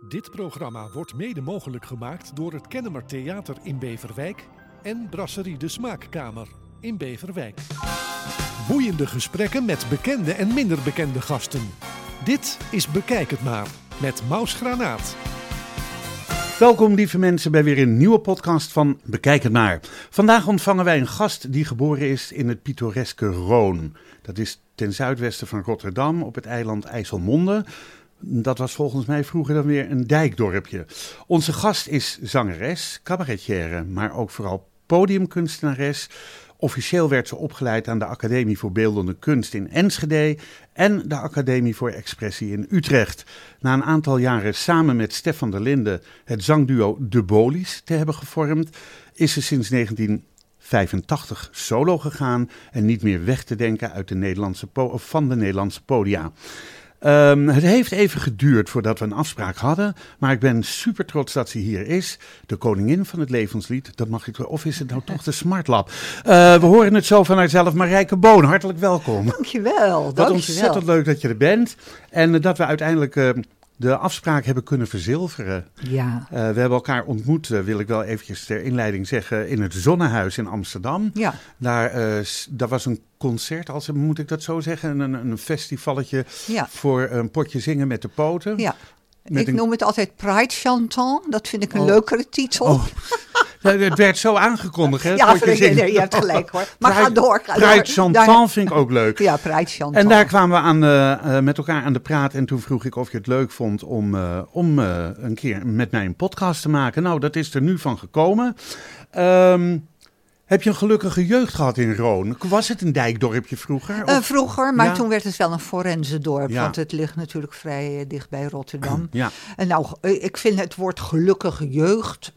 Dit programma wordt mede mogelijk gemaakt door het Kennemer Theater in Beverwijk en Brasserie de Smaakkamer in Beverwijk. Boeiende gesprekken met bekende en minder bekende gasten. Dit is Bekijk het maar met Maus Granaat. Welkom lieve mensen bij weer een nieuwe podcast van Bekijk het maar. Vandaag ontvangen wij een gast die geboren is in het pittoreske Roon. Dat is ten zuidwesten van Rotterdam op het eiland IJsselmonde. Dat was volgens mij vroeger dan weer een dijkdorpje. Onze gast is zangeres, cabaretière, maar ook vooral podiumkunstenares. Officieel werd ze opgeleid aan de Academie voor Beeldende Kunst in Enschede en de Academie voor Expressie in Utrecht. Na een aantal jaren samen met Stefan der Linde het zangduo De Bolies te hebben gevormd, is ze sinds 1985 solo gegaan en niet meer weg te denken uit de Nederlandse podia. Het heeft even geduurd voordat we een afspraak hadden, maar ik ben super trots dat ze hier is. De koningin van het levenslied, dat mag ik wel. Of is het nou toch de Smartlab? We horen het zo van haarzelf. Marijke Boon, hartelijk welkom. Dankjewel. Wat ontzettend leuk dat je er bent en dat we uiteindelijk de afspraak hebben kunnen verzilveren. Ja. We hebben elkaar ontmoet, wil ik wel eventjes ter inleiding zeggen, in het Zonnehuis in Amsterdam. Ja. Daar was een concert, moet ik dat zo zeggen, een festivalletje Ja. voor een potje zingen met de poten. Ja. Ik noem het altijd Pride Chantant. Dat vind ik een leukere titel. Oh. Het werd zo aangekondigd, hè? Ja, nee, je hebt gelijk hoor. Maar ga door. Pride Chantant vind ik ook leuk. Ja, Pride Chantant. En daar kwamen we met elkaar aan de praat en toen vroeg ik of je het leuk vond om een keer met mij een podcast te maken. Nou, dat is er nu van gekomen. Heb je een gelukkige jeugd gehad in Roon? Was het een dijkdorpje vroeger? Vroeger, maar Ja. Toen werd het wel een forenzendorp. Ja. Want het ligt natuurlijk vrij dicht bij Rotterdam. Ja. En nou, ik vind het woord gelukkige jeugd.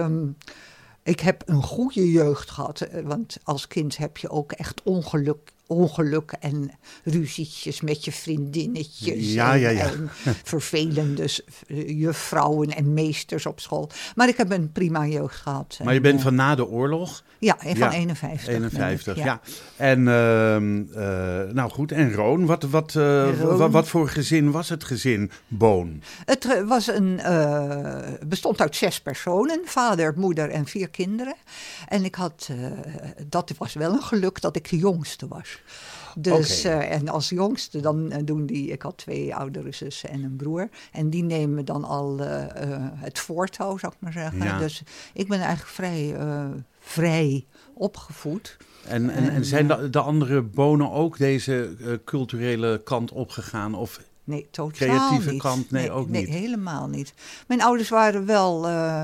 Ik heb een goede jeugd gehad. Want als kind heb je ook echt ongeluk en ruzietjes met je vriendinnetjes. Ja. En vervelende juffrouwen en meesters op school. Maar ik heb een prima jeugd gehad. Maar je bent van na de oorlog? Ja, van 51. 51, ja. ja. En nou goed, en Roon, wat voor gezin was het gezin Boon? Het bestond uit 6 personen, vader, moeder en 4 kinderen. En dat was wel een geluk dat ik de jongste was. Dus, en als jongste, ik had 2 oudere zussen en een broer. En die nemen dan al het voortouw, zou ik maar zeggen. Ja. Dus ik ben eigenlijk vrij opgevoed. En zijn de andere Bonen ook deze culturele kant opgegaan? Of nee, totaal creatieve niet. kant? Nee, ook niet. Nee, helemaal niet. Mijn ouders waren wel...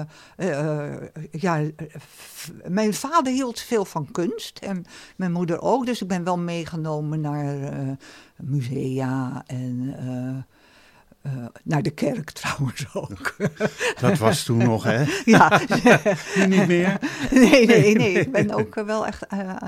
mijn vader hield veel van kunst. En mijn moeder ook. Dus ik ben wel meegenomen naar musea en... naar de kerk trouwens ook. Dat was toen nog, hè? Ja. Nu niet meer? Nee. Ik ben ook wel echt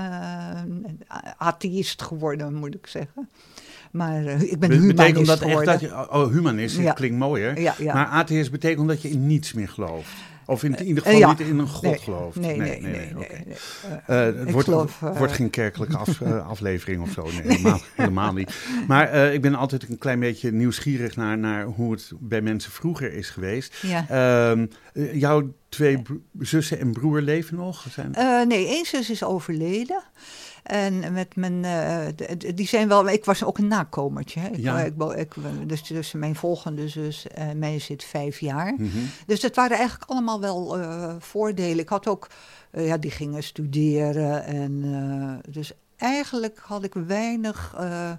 atheïst geworden, moet ik zeggen. Maar ik ben humanist geworden. Humanist, dat klinkt mooi, hè? Ja. Maar atheïst betekent dat je in niets meer gelooft. Of in ieder geval niet in een god gelooft. Nee. Het wordt geen kerkelijke aflevering of zo. Nee, helemaal niet. Maar ik ben altijd een klein beetje nieuwsgierig naar hoe het bij mensen vroeger is geweest. Ja. Jouw 2 zussen en broer leven nog? Nee, 1 zus is overleden. En met die zijn wel... Ik was ook een nakomertje. Dus mijn volgende zus, mij zit 5 jaar. Mm-hmm. Dus het waren eigenlijk allemaal wel voordelen. Ik had ook... die gingen studeren. En dus eigenlijk had ik weinig...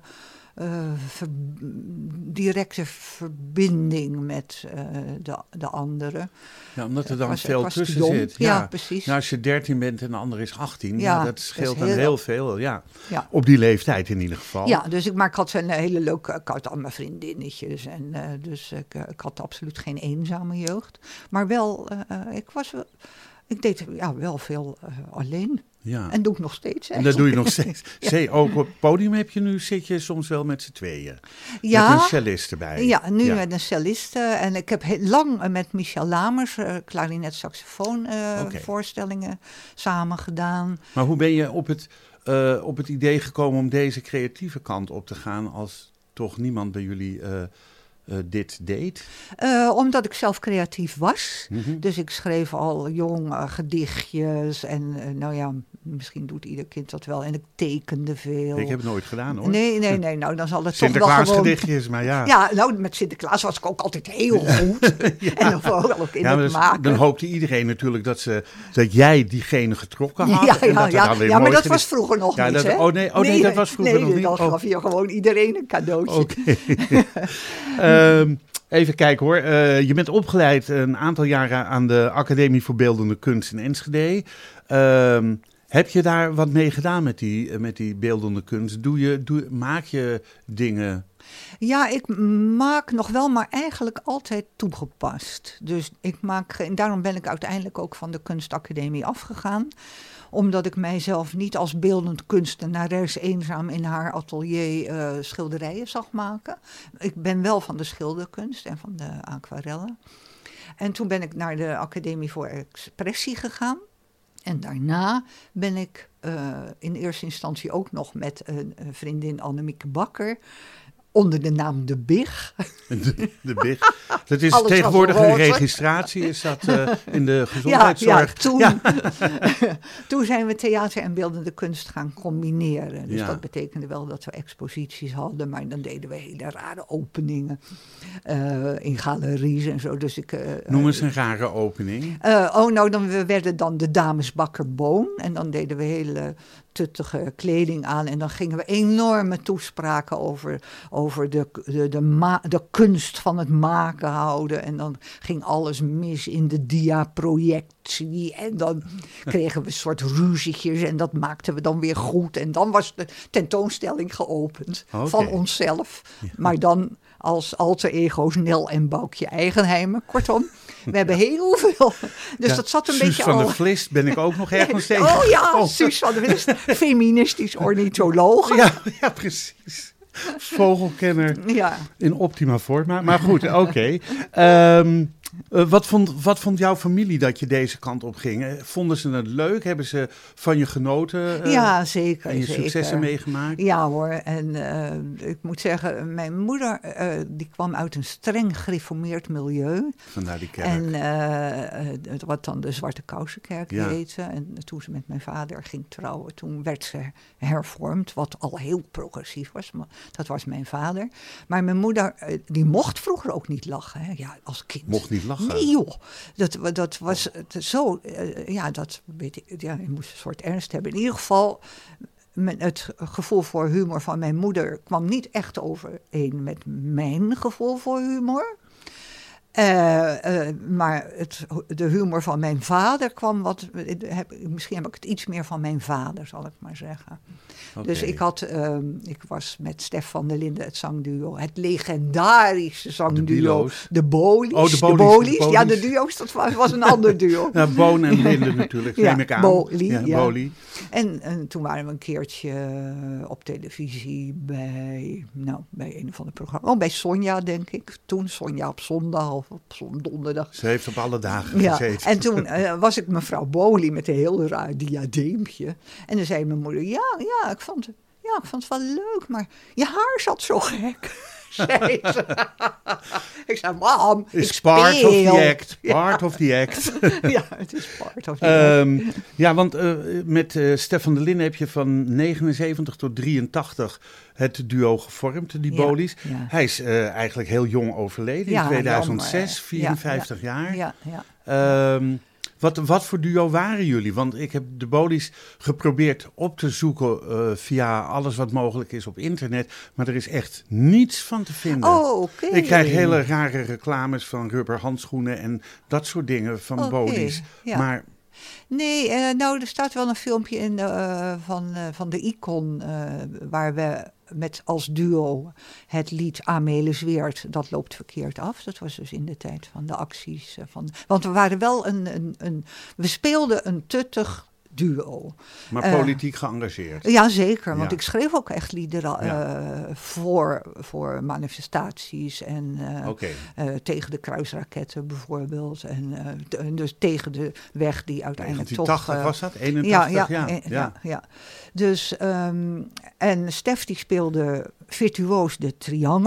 directe verbinding met de anderen. Ja, omdat er dan veel tussen zit. Ja, precies. Nou, als je 13 bent en de ander is 18, dat scheelt dan heel veel. Ja. Op die leeftijd in ieder geval. Ja, dus ik had een hele leuke... Ik had allemaal vriendinnetjes. En dus ik had absoluut geen eenzame jeugd. Maar wel, ik deed wel veel alleen. Ja. En doe ik nog steeds. En dat doe je nog steeds. Ja. Ook op het podium zit je soms wel met z'n tweeën. Ja. Met een cellist erbij. Ja, nu met een cellist. En ik heb lang met Michel Lamers, klarinet, saxofoon, voorstellingen samen gedaan. Maar hoe ben je op het idee gekomen om deze creatieve kant op te gaan als toch niemand bij jullie dit deed? Omdat ik zelf creatief was. Mm-hmm. Dus ik schreef al jong gedichtjes. En misschien doet ieder kind dat wel. En ik tekende veel. Ik heb het nooit gedaan, hoor. Nee. Nou, dan zal het Sinterklaas toch wel gewoon... gedichtjes, maar ja. Ja, nou, met Sinterklaas was ik ook altijd heel goed. Ja. En dan vooral ook in het maken. Dan hoopte iedereen natuurlijk dat jij diegene getrokken had. Ja, maar dat was vroeger nog niet, hè? Nee, dat was vroeger nog niet. Dan gaf je gewoon iedereen een cadeautje. Okay. Even kijken hoor. Je bent opgeleid een aantal jaren aan de Academie voor Beeldende Kunst in Enschede. Heb je daar wat mee gedaan met die beeldende kunst? Maak je dingen? Ja, ik maak nog wel, maar eigenlijk altijd toegepast. Dus daarom ben ik uiteindelijk ook van de kunstacademie afgegaan. Omdat ik mijzelf niet als beeldend kunstenares eenzaam in haar atelier schilderijen zag maken. Ik ben wel van de schilderkunst en van de aquarellen. En toen ben ik naar de Academie voor Expressie gegaan. En daarna ben ik in eerste instantie ook nog met een vriendin Annemieke Bakker... onder de naam De Big. De Big. Dat is tegenwoordig een registratie, is dat in de gezondheidszorg? Toen zijn we theater en beeldende kunst gaan combineren. Dus dat betekende wel dat we exposities hadden, maar dan deden we hele rare openingen in galeries en zo. Dus noem eens een rare opening. We werden dan de Dames Bakker Boon en dan deden we hele tuttige kleding aan en dan gingen we enorme toespraken over de kunst van het maken houden. En dan ging alles mis in de diaprojectie. En dan kregen we een soort ruzietjes en dat maakten we dan weer goed. En dan was de tentoonstelling geopend van onszelf. Ja. Maar dan als alter ego's Nel en Boukje Eigenheimer. Kortom, we hebben heel veel. Dus dat zat een Suus beetje van der Vlist ben ik ook nog ergens tegen. Suus van der Vlist, feministisch ornitholoog. Ja, precies. Vogelkenner in optima forma. Maar goed, oké. Wat vond jouw familie dat je deze kant op ging? Vonden ze het leuk? Hebben ze van je genoten? Ja, zeker. En je successen meegemaakt? Ja hoor. En ik moet zeggen, mijn moeder die kwam uit een streng gereformeerd milieu. Vandaar die kerk. En wat dan de Zwarte Kousenkerk heette. En toen ze met mijn vader ging trouwen, toen werd ze hervormd. Wat al heel progressief was. Maar dat was mijn vader. Maar mijn moeder, die mocht vroeger ook niet lachen. Hè? Ja, als kind. Mocht niet lachen? Nee joh, dat was zo, dat weet ik, je moest een soort ernst hebben. In ieder geval, het gevoel voor humor van mijn moeder kwam niet echt overeen met mijn gevoel voor humor. Maar de humor van mijn vader kwam misschien heb ik het iets meer van mijn vader, zal ik maar zeggen. Okay. Dus ik was met Stef van der Linden, het zangduo, het legendarische zangduo. De Bolies. De Bolies. Ja, de duo's, dat was een ander duo. Ja, Boon en Linden natuurlijk, neem ik aan. Bolie. En toen waren we een keertje op televisie bij een of ander programma. Oh, bij Sonja, denk ik. Toen Sonja op zondag of op donderdag. Ze heeft op alle dagen gezeten. En toen was ik mevrouw Bolie met een heel raar diadeempje. En dan zei mijn moeder, ik vond het wel leuk, maar je haar zat zo gek. Zei ze. Ik zei, mam, ik speel. Part of the act. Part of the act. Ja, het is part of the act. Ja, want met Stef de Linden heb je van 79 tot 83 het duo gevormd, die Bolies. Ja. Hij is eigenlijk heel jong overleden, in 2006, 54 jaar. Ja. Wat voor duo waren jullie? Want ik heb de Bolies geprobeerd op te zoeken via alles wat mogelijk is op internet. Maar er is echt niets van te vinden. Oh, oké. Ik krijg hele rare reclames van rubberhandschoenen en dat soort dingen van Bolies. Ja. Maar nee, er staat wel een filmpje in van de Icon waar we met als duo het lied Amelis Weert, dat loopt verkeerd af. Dat was dus in de tijd van de acties. Want we waren wel we speelden een tuttig duo. Maar politiek geëngageerd. Ja, zeker. Want ik schreef ook echt liederen voor manifestaties en tegen de kruisraketten bijvoorbeeld. En dus tegen de weg die uiteindelijk 1980 was dat? 81? Ja. Dus, en Stef die speelde virtuoos de triangel.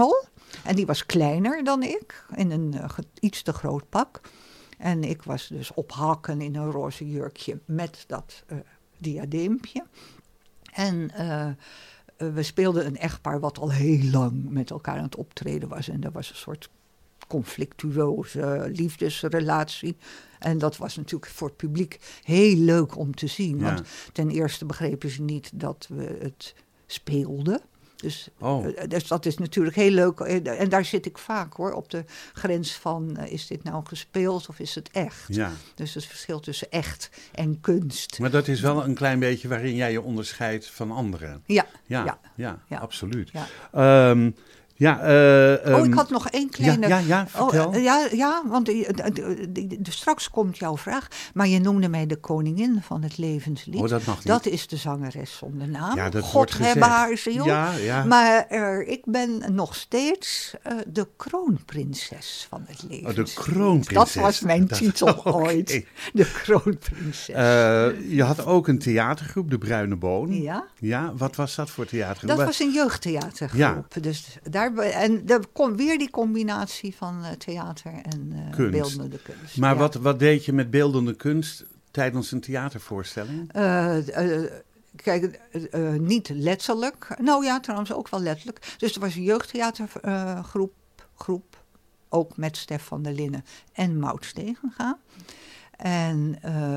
En die was kleiner dan ik, in een iets te groot pak. En ik was dus op hakken in een roze jurkje met dat diadeempje. En we speelden een echtpaar wat al heel lang met elkaar aan het optreden was. En dat was een soort conflictueuze liefdesrelatie. En dat was natuurlijk voor het publiek heel leuk om te zien. Want ten eerste begrepen ze niet dat we het speelden. Dus dat is natuurlijk heel leuk. En daar zit ik vaak hoor, op de grens van is dit nou gespeeld of is het echt? Ja. Dus het verschil tussen echt en kunst. Maar dat is wel een klein beetje waarin jij je onderscheidt van anderen. Ja, absoluut. Ja. Ik had nog één kleine... vertel. Want straks komt jouw vraag. Maar je noemde mij de koningin van het levenslied. Oh, dat mag niet. Dat is de zangeres zonder naam. Ja, dat God hebbe haar ziel. Ja. Maar ik ben nog steeds de kroonprinses van het levenslied. De kroonprinses. Dat was mijn titel ooit. De kroonprinses. Je had ook een theatergroep, de Bruine Boon. Ja. Wat was dat voor theatergroep? Dat was een jeugdtheatergroep. Ja. Dus en weer die combinatie van theater en beeldende kunst. Maar wat deed je met beeldende kunst tijdens een theatervoorstelling? Kijk, niet letterlijk. Nou ja, trouwens ook wel letterlijk. Dus er was een jeugdtheatergroep, ook met Stef van der Linden en Maud Stegenga. En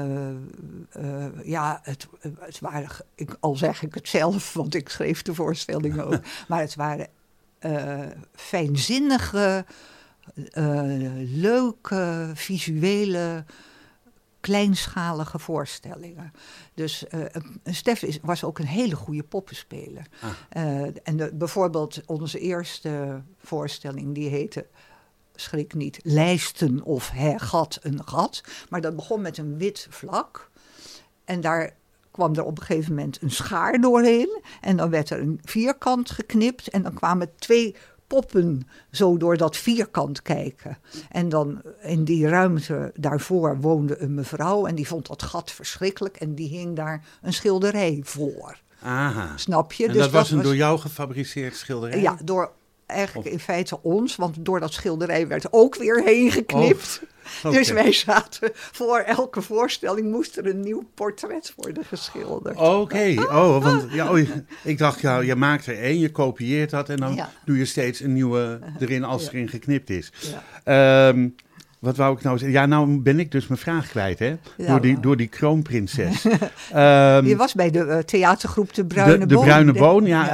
het waren, al zeg ik het zelf, want ik schreef de voorstellingen ook, maar het waren fijnzinnige, leuke, visuele, kleinschalige voorstellingen. Dus Stef was ook een hele goede poppenspeler. En bijvoorbeeld onze eerste voorstelling, die heette, schrik niet, Lijsten of Gat een gat. Maar dat begon met een wit vlak. En daar kwam er op een gegeven moment een schaar doorheen. En dan werd er een vierkant geknipt. En dan kwamen 2 poppen zo door dat vierkant kijken. En dan in die ruimte daarvoor woonde een mevrouw. En die vond dat gat verschrikkelijk. En die hing daar een schilderij voor. Aha. Snap je? En dus dat was een door jou gefabriceerd schilderij? Ja, eigenlijk in feite ons, want door dat schilderij werd ook weer heen geknipt. Okay. Dus wij zaten voor elke voorstelling moest er een nieuw portret worden geschilderd. Oké. Ik dacht, je maakt er 1, je kopieert dat en dan doe je steeds een nieuwe erin als erin geknipt is. Ja. Wat wou ik nou zeggen? Ja, nou ben ik dus mijn vraag kwijt, hè? Door die kroonprinses. Je was bij de theatergroep De Bruine Boon. De Bruine Boon, ja.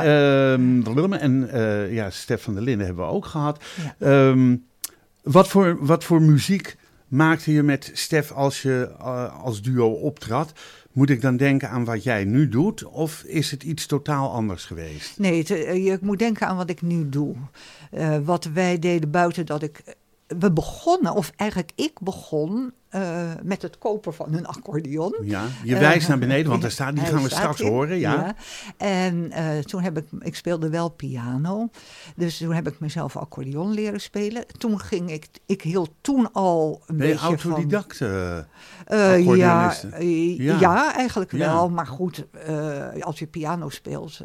En Stef van der Linden hebben we ook gehad. Ja. Wat voor muziek maakte je met Stef als je als duo optrad? Moet ik dan denken aan wat jij nu doet? Of is het iets totaal anders geweest? Nee, je moet denken aan wat ik nu doe. Wat wij deden buiten dat we begonnen, of eigenlijk ik begon met het kopen van een accordeon. Ja, je wijst naar beneden, want die gaan we straks horen. Ja. En toen ik speelde wel piano, dus toen heb ik mezelf accordeon leren spelen. Toen ging ik hield toen al een beetje van... Ben je autodidact ja, eigenlijk wel. Maar goed, als je piano speelt...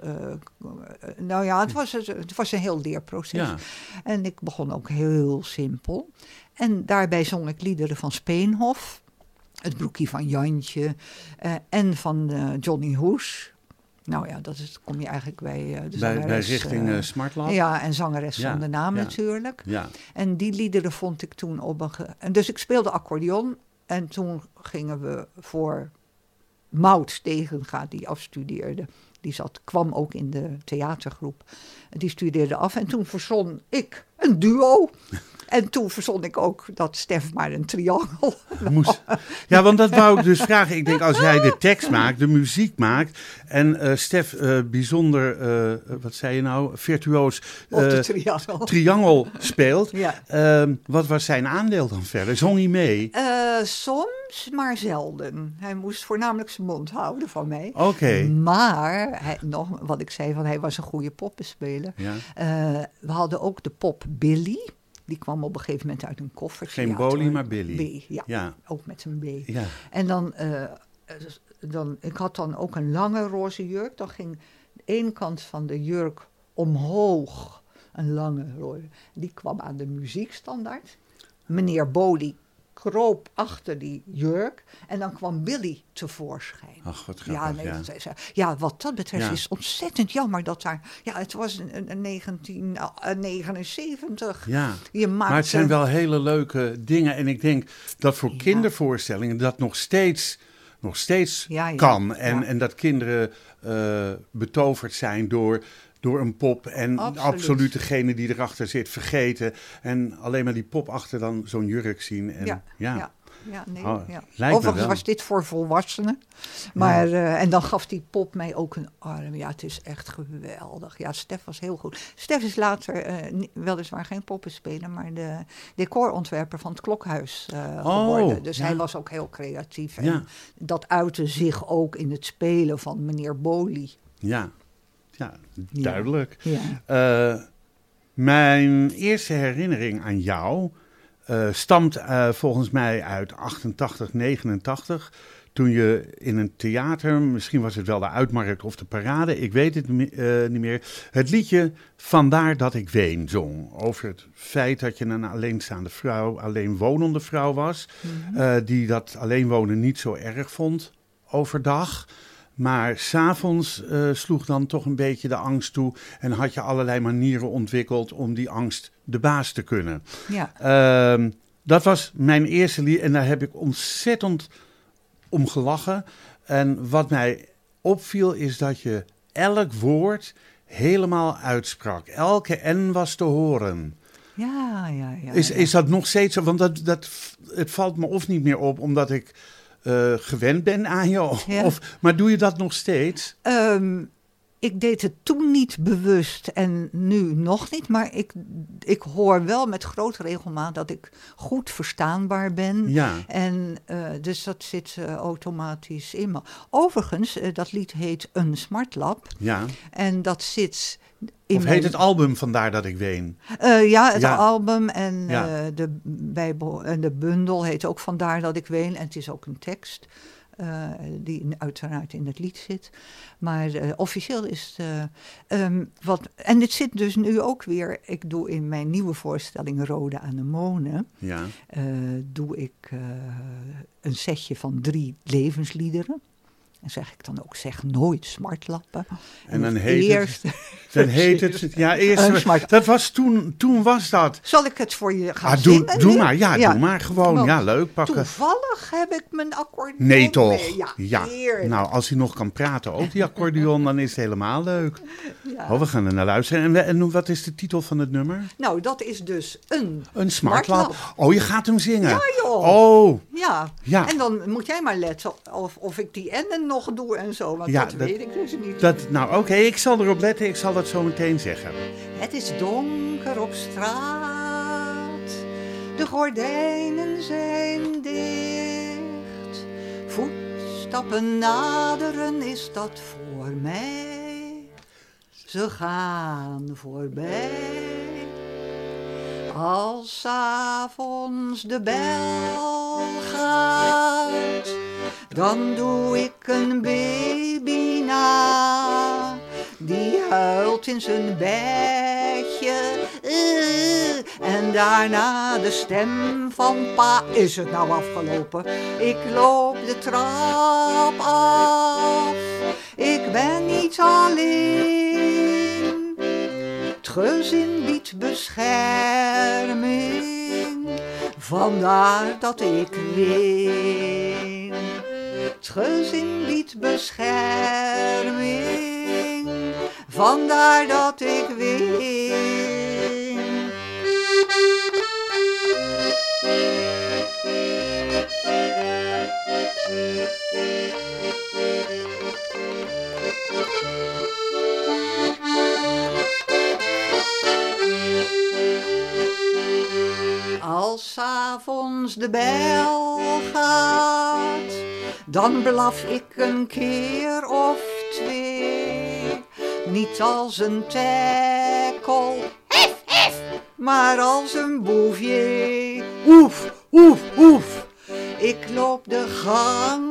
het was een heel leerproces. Ja. En ik begon ook heel simpel. En daarbij zong ik liederen van Speenhof, Het broekje van Jantje en van Johnny Hoes. Nou ja, kom je eigenlijk bij de zangeres. Bij richting Smartlab? Ja, en zangeres zonder naam natuurlijk. Ja. En die liederen vond ik toen en dus ik speelde accordeon en toen gingen we voor Maud Stegenga, die afstudeerde. Die kwam ook in de theatergroep. Die studeerde af en toen verzon ik een duo. En toen verzon ik ook dat Stef maar een triangel moest. Ja, want dat wou ik dus vragen. Ik denk, als jij de tekst maakt, de muziek maakt... en Stef bijzonder, wat zei je nou, virtuoos... triangel speelt. Ja. Wat was zijn aandeel dan verder? Zong hij mee? Soms, maar zelden. Hij moest voornamelijk zijn mond houden van mij. Oké. Maar, wat ik zei, hij was een goede poppenspeler. Ja. We hadden ook de pop Billy... Die kwam op een gegeven moment uit een koffertje. Geen Bolie, maar Billy. B, ja. Ook met een B. Ja. En dan, ik had dan ook een lange roze jurk. Dan ging de ene kant van de jurk omhoog een lange rode. Die kwam aan de muziekstandaard. Meneer Boli kroop achter die jurk en dan kwam Billy tevoorschijn. Ach, wat grappig, wat dat betreft is het ontzettend jammer dat daar... Ja, het was 1979. Ja, maar het zijn wel hele leuke dingen. En ik denk dat voor kindervoorstellingen dat nog steeds kan. En dat kinderen betoverd zijn door een pop en absoluut degene die erachter zit vergeten. En alleen maar die pop achter dan zo'n jurk zien. En, Overigens was dit voor volwassenen. Maar, en dan gaf die pop mij ook een arm. Ja, het is echt geweldig. Ja, Stef was heel goed. Stef is later weliswaar geen poppenspeler, maar de decorontwerper van het Klokhuis geworden. Dus hij was ook heel creatief. En dat uitte zich ook in het spelen van meneer Boli. Ja, duidelijk. Ja. Mijn eerste herinnering aan jou stamt volgens mij uit 88, 89. Toen je in een theater, misschien was het wel de Uitmarkt of de Parade, ik weet het niet meer, het liedje Vandaar dat ik ween zong. Over het feit dat je een alleenstaande vrouw, alleenwonende vrouw was, die dat alleenwonen niet zo erg vond overdag. Maar 's avonds sloeg dan toch een beetje de angst toe en had je allerlei manieren ontwikkeld om die angst de baas te kunnen. Ja. Dat was mijn eerste lied en daar heb ik ontzettend om gelachen. En wat mij opviel is dat je elk woord helemaal uitsprak. Elke N was te horen. Ja. Is dat nog steeds zo? Want het valt me of niet meer op omdat ik gewend ben aan je? Maar doe je dat nog steeds? Ik deed het toen niet bewust en nu nog niet. Maar ik hoor wel met grote regelmaat dat ik goed verstaanbaar ben. Ja. En dus dat zit automatisch in me. Overigens, dat lied heet Een Smartlap. Ja. En dat zit... Of heet het album Vandaar dat ik ween? Het album en de bundel heet ook Vandaar dat ik ween. En het is ook een tekst die uiteraard in het lied zit. Maar officieel is het... en dit zit dus nu ook weer... Ik doe in mijn nieuwe voorstelling Rode Anemonen... doe ik een setje van 3 levensliederen. En zeg ik dan ook, zeg nooit smartlappen. En dan heet het... Ja, eerst... Dat was toen was dat. Zal ik het voor je gaan zingen? Doe maar, doe maar gewoon. Want leuk pakken. Toevallig heb ik mijn accordeon. Nee, toch? Ja. Nou, als hij nog kan praten, ook die accordeon, dan is het helemaal leuk. Ja. We gaan er naar luisteren. En wat is de titel van het nummer? Nou, dat is dus een smartlap. Oh, je gaat hem zingen? Ja, joh. Oh. Ja. En dan moet jij maar letten of ik die N'en nog doe en zo, want dat weet ik dus niet. Oké, ik zal erop letten, ik zal dat zo meteen zeggen. Het is donker op straat, de gordijnen zijn dicht, voetstappen naderen, is dat voor mij? Ze gaan voorbij. Als 's avonds de bel gaat, dan doe ik een baby na, die huilt in zijn bedje. En daarna de stem van pa. Is het nou afgelopen? Ik loop de trap af, ik ben niet alleen. Het gezin biedt bescherming, vandaar dat ik ween. Het gezin biedt bescherming, vandaar dat ik ween. Als 's avonds de bel gaat, dan blaf ik een keer of 2. Niet als een tekkel, hef, hef, maar als een bouvier. Oef, oef, oef. Ik loop de gang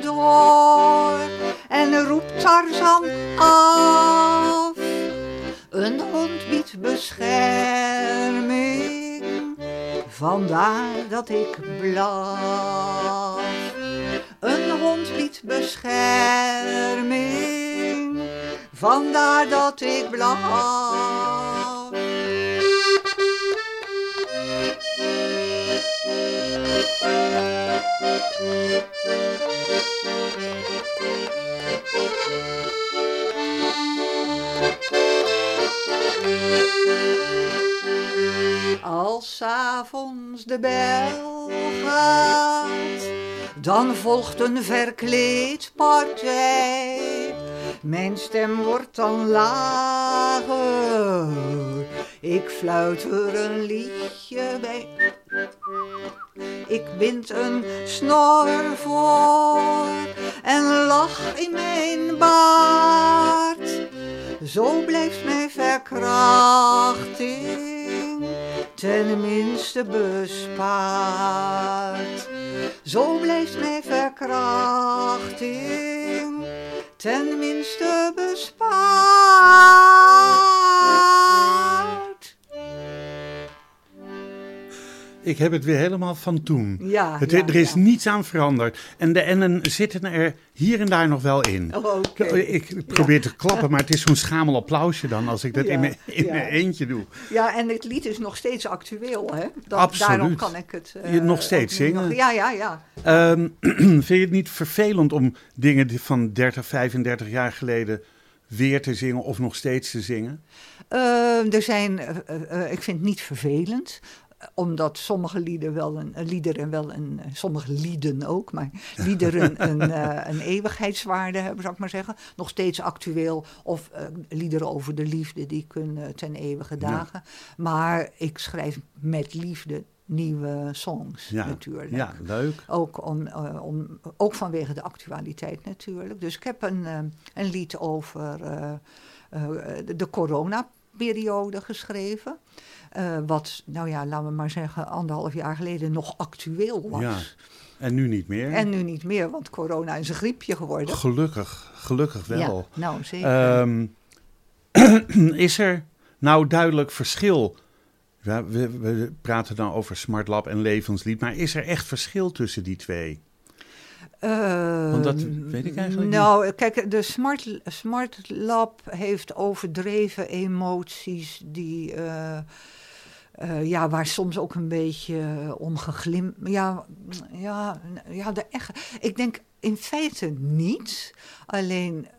door en roep Tarzan af. Een hond biedt bescherming, vandaar dat ik blaf. Een hond biedt bescherming, vandaar dat ik blaf. Als 's avonds de bel gaat, dan volgt een verkleedpartij. Mijn stem wordt dan lager, ik fluit er een liedje bij. Ik bind een snor voor en lach in mijn baard. Zo blijft mijn verkrachting tenminste bespaard. Zo blijft mijn verkrachting tenminste bespaard. Ik heb het weer helemaal van toen. Ja, er is niets aan veranderd. En de N'en zitten er hier en daar nog wel in. Oh, okay. Ik probeer te klappen, maar het is zo'n schamel applausje dan als ik dat in mijn eentje doe. Ja, en het lied is nog steeds actueel, hè? Absoluut. Daarom kan ik het... je nog steeds zingen? Ja. Vind je het niet vervelend om dingen van 30, 35 jaar geleden weer te zingen of nog steeds te zingen? Ik vind het niet vervelend, omdat sommige liederen sommige lieden ook, maar liederen een eeuwigheidswaarde hebben, zou ik maar zeggen. Nog steeds actueel, of liederen over de liefde, die kunnen ten eeuwige dagen. Ja. Maar ik schrijf met liefde nieuwe songs natuurlijk. Ja, leuk. Ook vanwege de actualiteit natuurlijk. Dus ik heb een lied over de coronaperiode geschreven. Wat, laten we maar zeggen, 1,5 jaar geleden nog actueel was. Ja, en nu niet meer. En nu niet meer, want corona is een griepje geworden. Gelukkig wel. Ja, nou zeker. Is er nou duidelijk verschil? Ja, we praten dan over Smart Lab en Levenslied, maar is er echt verschil tussen die twee? Want dat weet ik eigenlijk niet. Nou, kijk, de Smart Lab heeft overdreven emoties die... waar soms ook een beetje om geglim... Ik denk in feite niet. Alleen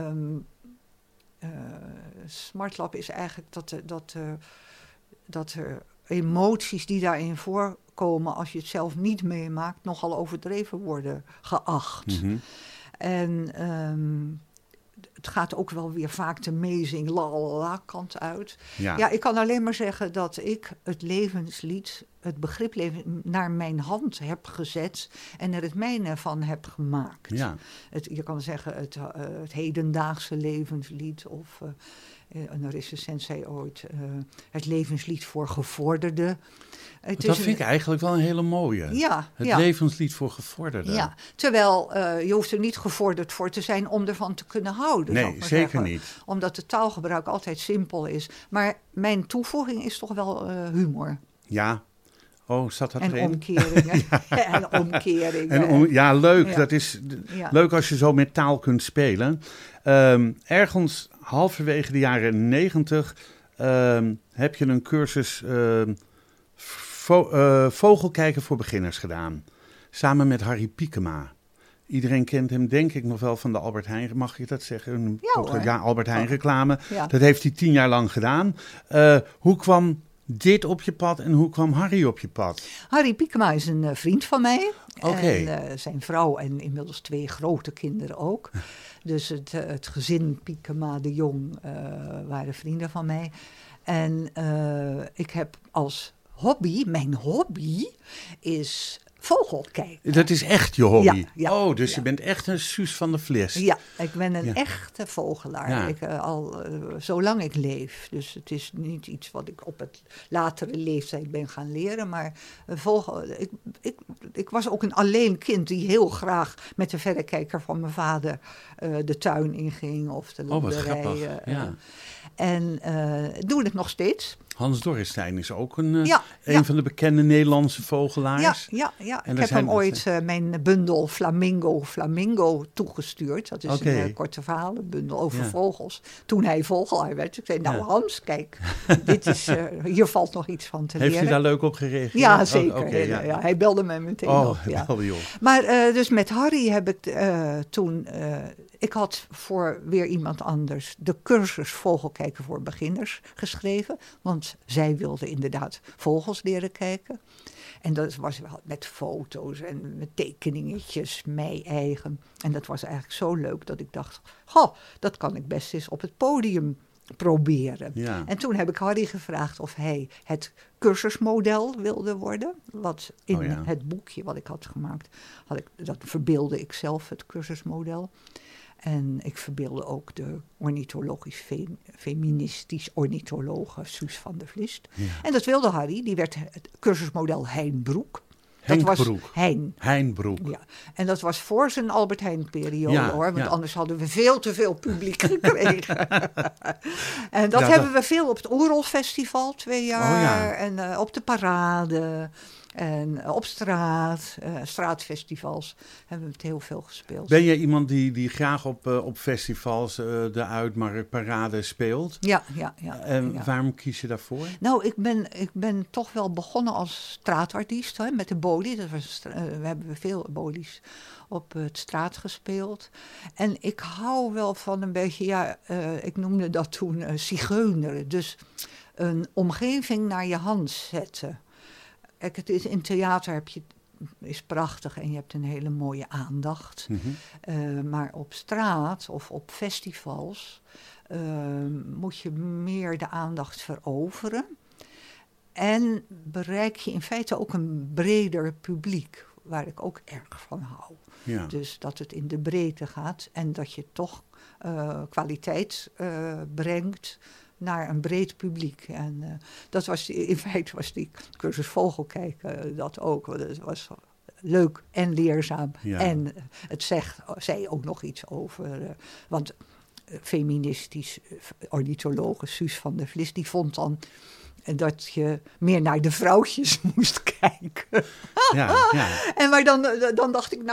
Smart Lab is eigenlijk dat er emoties die daarin voorkomen, als je het zelf niet meemaakt, nogal overdreven worden geacht. Mm-hmm. En het gaat ook wel weer vaak de amazing la kant uit. Ja, ik kan alleen maar zeggen dat ik het levenslied, het begrip leven, naar mijn hand heb gezet en er het mijne van heb gemaakt. Ja. Je kan zeggen het hedendaagse levenslied of... een recensent zei ooit, het levenslied voor gevorderden. Dat vind ik eigenlijk wel een hele mooie. Ja, het levenslied voor gevorderden. Ja, terwijl je hoeft er niet gevorderd voor te zijn om ervan te kunnen houden. Nee, zeker niet. Omdat het taalgebruik altijd simpel is. Maar mijn toevoeging is toch wel humor. Ja. Oh, zat dat erin? Omkeringen. En omkeringen. Leuk. Ja. Dat is leuk als je zo met taal kunt spelen. Ergens halverwege de jaren 90 heb je een cursus vogelkijken voor beginners gedaan. Samen met Harry Piekema. Iedereen kent hem denk ik nog wel van de Albert Heijn. Mag je dat zeggen? Albert Heijn reclame. Ja. Dat heeft hij 10 jaar lang gedaan. Hoe kwam dit op je pad en hoe kwam Harry op je pad? Harry Piekema is een vriend van mij. Okay. En zijn vrouw en inmiddels 2 grote kinderen ook. Dus het gezin Piekema de Jong waren vrienden van mij. En ik heb als hobby, mijn hobby is vogelkijken. Dat is echt je hobby? Ja, dus je bent echt een Suus van de Vlis. Ja, ik ben een echte vogelaar. Ja. Zolang ik leef. Dus het is niet iets wat ik op het latere leeftijd ben gaan leren. Maar ik was ook een alleen kind die heel graag met de verrekijker van mijn vader de tuin inging of de landerij. Ja. En doe ik nog steeds. Hans Dorrestein is ook een van de bekende Nederlandse vogelaars. Ja. Ik heb hem ooit mijn bundel Flamingo toegestuurd. Dat is een korte verhalenbundel over vogels. Toen hij vogelaar werd. Ik zei, Hans, kijk, hier valt nog iets van te leren. Heeft u daar leuk op gereageerd? Ja, zeker. Hij belde mij meteen op. Belde je op. Maar dus met Harry heb ik toen... ik had voor weer iemand anders de cursus Vogelkijken voor beginners geschreven. Want zij wilde inderdaad vogels leren kijken. En dat was wel met foto's en met tekeningetjes, mij eigen. En dat was eigenlijk zo leuk dat ik dacht, dat kan ik best eens op het podium proberen. Ja. En toen heb ik Harry gevraagd of hij het cursusmodel wilde worden. Wat in het boekje wat ik had gemaakt, dat verbeelde ik zelf, het cursusmodel. En ik verbeelde ook de feministisch ornithologe Suus van der Vlist. Ja. En dat wilde Harry, die werd het cursusmodel Hein Broek. Hein Broek. Ja. En dat was voor zijn Albert Heijn-periode, hoor. Want anders hadden we veel te veel publiek gekregen. En dat hebben we veel op het Oerol-festival 2 jaar. En op de parade. En op straatfestivals hebben we het heel veel gespeeld. Ben jij iemand die graag op festivals de Uitmarkt, parade speelt? Ja. En waarom kies je daarvoor? Nou, ik ben toch wel begonnen als straatartiest, hè, met de bolie. We hebben veel bolies op het straat gespeeld. En ik hou wel van een beetje, ik noemde dat toen zigeuneren. Dus een omgeving naar je hand zetten. Kijk, in theater is prachtig en je hebt een hele mooie aandacht. Mm-hmm. Maar op straat of op festivals moet je meer de aandacht veroveren. En bereik je in feite ook een breder publiek, waar ik ook erg van hou. Ja. Dus dat het in de breedte gaat en dat je toch kwaliteit brengt naar een breed publiek. En dat was in feite was die cursus Vogelkijken dat ook. Het was leuk en leerzaam. Ja. En het zei ook nog iets over... want feministisch ornithologe Suus van der Vlist, die vond dan dat je meer naar de vrouwtjes moest kijken. Ja. En maar dan dacht ik,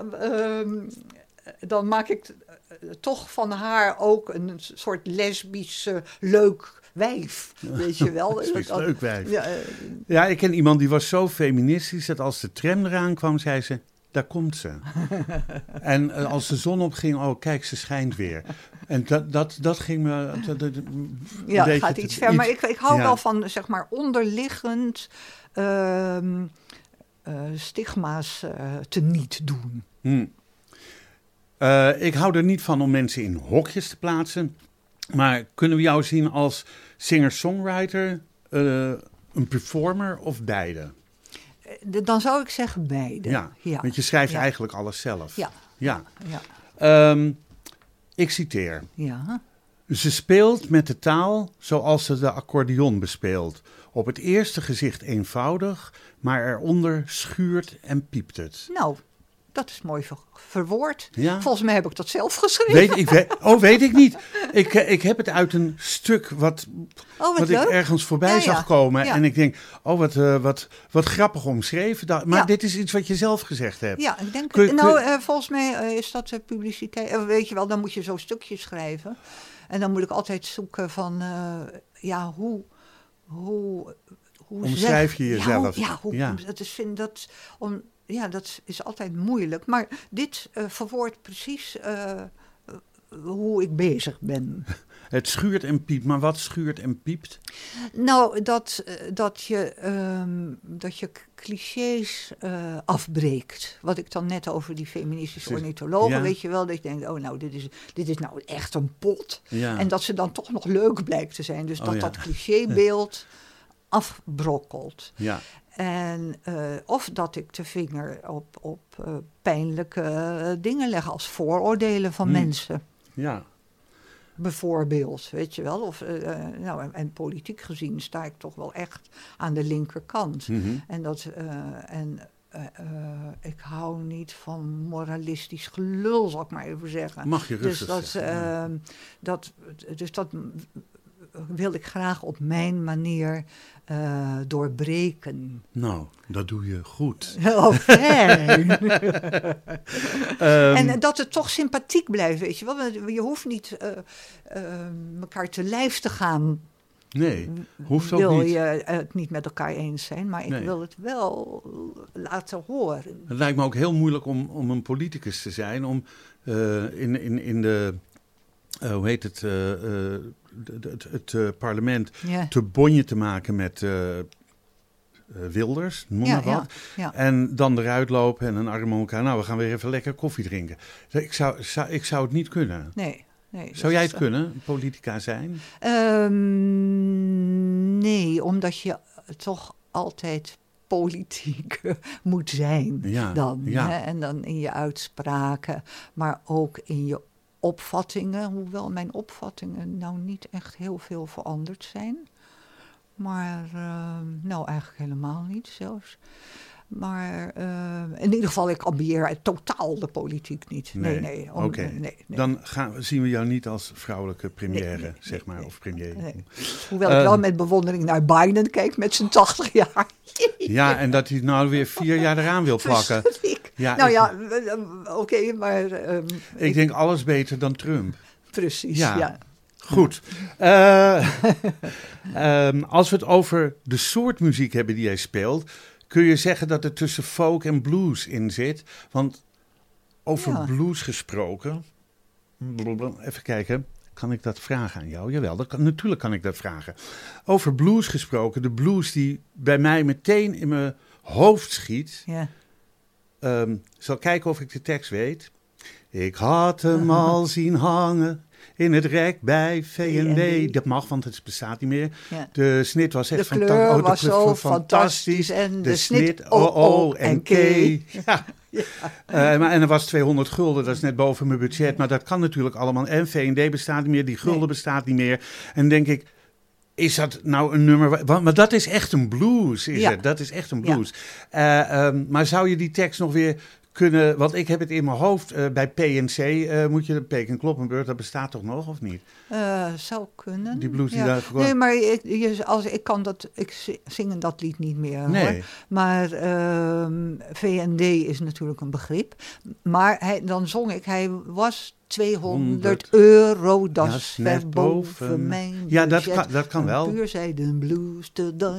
dan maak ik toch van haar ook een soort lesbisch leuk wijf, weet je wel. Leuk wijf. Ja, ik ken iemand die was zo feministisch dat als de tram eraan kwam, zei ze, daar komt ze. En als de zon opging, kijk, ze schijnt weer. En dat ging me... het gaat iets ver, maar ik hou wel van, zeg maar, onderliggend stigma's te niet doen. Ik hou er niet van om mensen in hokjes te plaatsen. Maar kunnen we jou zien als singer-songwriter, een performer of beide? Dan zou ik zeggen beide. Ja. Want je schrijft eigenlijk alles zelf. Ja. Ik citeer. Ja. Ze speelt met de taal zoals ze de accordeon bespeelt. Op het eerste gezicht eenvoudig, maar eronder schuurt en piept het. Nou, dat is mooi verwoord. Ja? Volgens mij heb ik dat zelf geschreven. Weet ik niet. Ik heb het uit een stuk wat ik ergens voorbij zag komen. Ja. En ik denk, wat grappig omschreven. Maar dit is iets wat je zelf gezegd hebt. Ja, ik denk volgens mij is dat publiciteit. Weet je wel, dan moet je zo'n stukje schrijven. En dan moet ik altijd zoeken van, hoe omschrijf je jezelf? Dat is altijd moeilijk. Maar dit verwoordt precies hoe ik bezig ben. Het schuurt en piept. Maar wat schuurt en piept? Nou, dat je clichés afbreekt. Wat ik dan net over die feministische ornithologen, weet je wel. Dat je denkt, dit is nou echt een pot. Ja. En dat ze dan toch nog leuk blijkt te zijn. Dus dat clichébeeld afbrokkelt. Ja. En of dat ik de vinger op pijnlijke dingen leg als vooroordelen van mensen. Ja. Bijvoorbeeld, weet je wel. En politiek gezien sta ik toch wel echt aan de linkerkant. Mm-hmm. En ik hou niet van moralistisch gelul, zal ik maar even zeggen. Mag je rustig zeggen. Dus dat wil ik graag op mijn manier doorbreken. Nou, dat doe je goed. Oh, fijn. En dat het toch sympathiek blijft, weet je wel. Je hoeft niet elkaar te lijf te gaan. Nee, hoeft ook wil niet. je het niet met elkaar eens zijn, maar ik wil het wel laten horen. Het lijkt me ook heel moeilijk om een politicus te zijn, om in de, hoe heet het parlement te bonje te maken met Wilders, noem maar wat. Ja. En dan eruit lopen en een arm om elkaar. Nou, we gaan weer even lekker koffie drinken. Ik zou het niet kunnen. Nee, zou jij het kunnen, politica zijn? Nee, omdat je toch altijd politiek moet zijn dan. Ja. Hè? En dan in je uitspraken, maar ook in je opvattingen. Hoewel mijn opvattingen nou niet echt heel veel veranderd zijn. Maar nou eigenlijk helemaal niet zelfs. Maar in ieder geval, ik ambieer totaal de politiek niet. Nee. Oké. Nee. Dan zien we jou niet als vrouwelijke première, zeg maar, of premier. Nee. Hoewel ik wel met bewondering naar Biden kijk met zijn 80 jaar. Ja, en dat hij nou weer 4 jaar eraan wil plakken. Ja, oké, maar... ik denk alles beter dan Trump. Precies, ja. Goed. Als we het over de soort muziek hebben die jij speelt, kun je zeggen dat er tussen folk en blues in zit. Want over blues gesproken, even kijken, kan ik dat vragen aan jou? Jawel, natuurlijk kan ik dat vragen. Over blues gesproken, de blues die bij mij meteen in mijn hoofd schiet. Ja. Zal kijken of ik de tekst weet. Ik had hem al zien hangen in het rek bij V&D. Dat mag, want het bestaat niet meer. Ja. De snit was echt fantastisch. De kleur was zo fantastisch. En de snit, en K. Ja. En er was 200 gulden, dat is net boven mijn budget. Maar dat kan natuurlijk allemaal. En V&D bestaat niet meer, die gulden bestaat niet meer. En dan denk ik, is dat nou een nummer? Maar dat is echt een blues, is het? Dat is echt een blues. Ja. Maar zou je die tekst nog weer kunnen, want ik heb het in mijn hoofd, bij PNC moet je, Peek & Kloppenburg, dat bestaat toch nog, of niet? Zou kunnen. Die blues die daar gewoon... Nee, maar ik zing dat lied niet meer, nee. Hoor. Maar V&D is natuurlijk een begrip. Maar dan zong ik, hij was 200 euro, dat is ver boven mijn budget. Ja, dat kan wel. Puur zijden blues.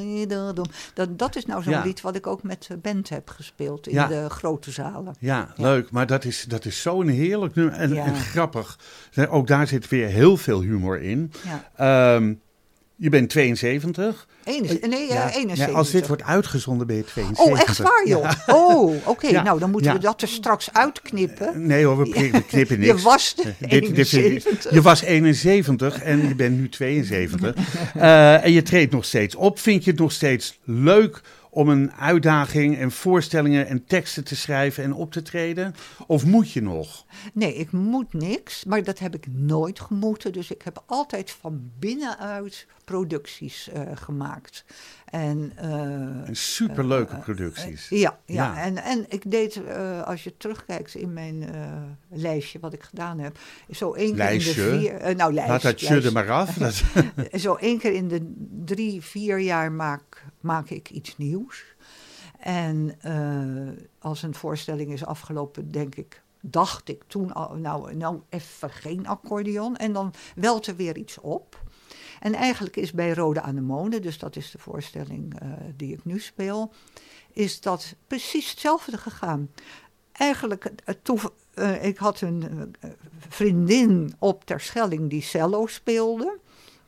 Dat is nou zo'n lied wat ik ook met band heb gespeeld in de grote zalen. Ja, leuk. Maar dat is zo'n heerlijk nummer en grappig. Ook daar zit weer heel veel humor in. Ja. Je bent 72. 71. Ja, als dit wordt uitgezonden ben je 72. Oh, echt waar, joh? Ja. Oh, oké. Ja. Nou, dan moeten we dat er straks uitknippen. Nee hoor, we knippen niks. Je was 71. Je was 71 en je bent nu 72. En je treedt nog steeds op. Vind je het nog steeds leuk om een uitdaging en voorstellingen en teksten te schrijven en op te treden? Of moet je nog? Nee, ik moet niks, maar dat heb ik nooit gemoeten. Dus ik heb altijd van binnenuit producties gemaakt. En superleuke producties. Ja. En ik deed, als je terugkijkt in mijn lijstje wat ik gedaan heb, zo 1 keer lijstje? in de 4... lijst. Laat dat je er maar af. Zo 1 keer in de 3-4 jaar maak ik iets nieuws. En als een voorstelling is afgelopen, dacht ik toen al, nou even geen accordeon. En dan welt er weer iets op. En eigenlijk is bij Rode Anemonen, dus dat is de voorstelling die ik nu speel, is dat precies hetzelfde gegaan. Eigenlijk, ik had een vriendin op Terschelling die cello speelde.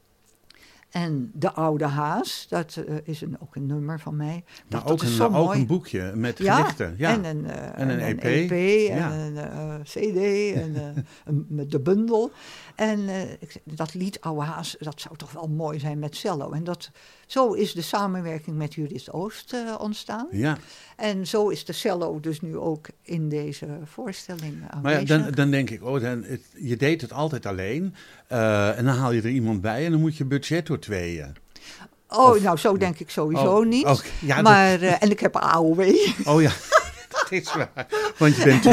En De Oude Haas, dat is ook een nummer van mij. Maar ook een boekje met gedichten. Ja. En een EP en een CD en met de bundel. En dat lied Oude Haas, dat zou toch wel mooi zijn met cello. En zo is de samenwerking met Judith Oost ontstaan. Ja. En zo is de cello dus nu ook in deze voorstelling aanwezig. Maar ja, dan denk ik, je deed het altijd alleen. En dan haal je er iemand bij en dan moet je budget door tweeën. Nou zo denk ik sowieso niet. Okay. Ja, maar, en ik heb AOW. Oh ja. Dat is waar, want je bent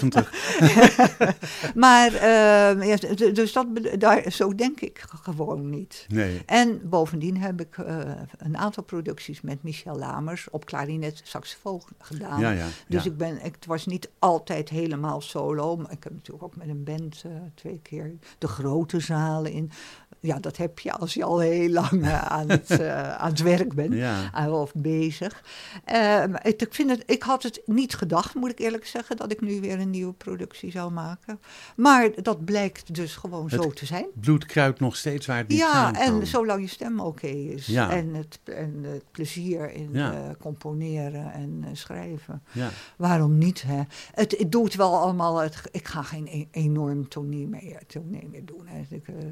72. Maar, dus zo denk ik gewoon niet. Nee. En bovendien heb ik een aantal producties met Michel Lamers op klarinet, saxofoon gedaan. Ja, dus het was niet altijd helemaal solo, maar ik heb natuurlijk ook met een band 2 keer de grote zalen in. Ja, dat heb je als je al heel lang aan het werk bent of bezig. Ik had het niet gedacht, moet ik eerlijk zeggen, dat ik nu weer een nieuwe productie zou maken. Maar dat blijkt dus gewoon zo te zijn. Bloed kruipt nog steeds waar het niet gaan kan. En zolang je stem oké is. Ja. En het plezier in componeren en schrijven. Ja. Waarom niet, hè? Het doet wel allemaal. Ik ga geen enorm toneel meer doen. Hè.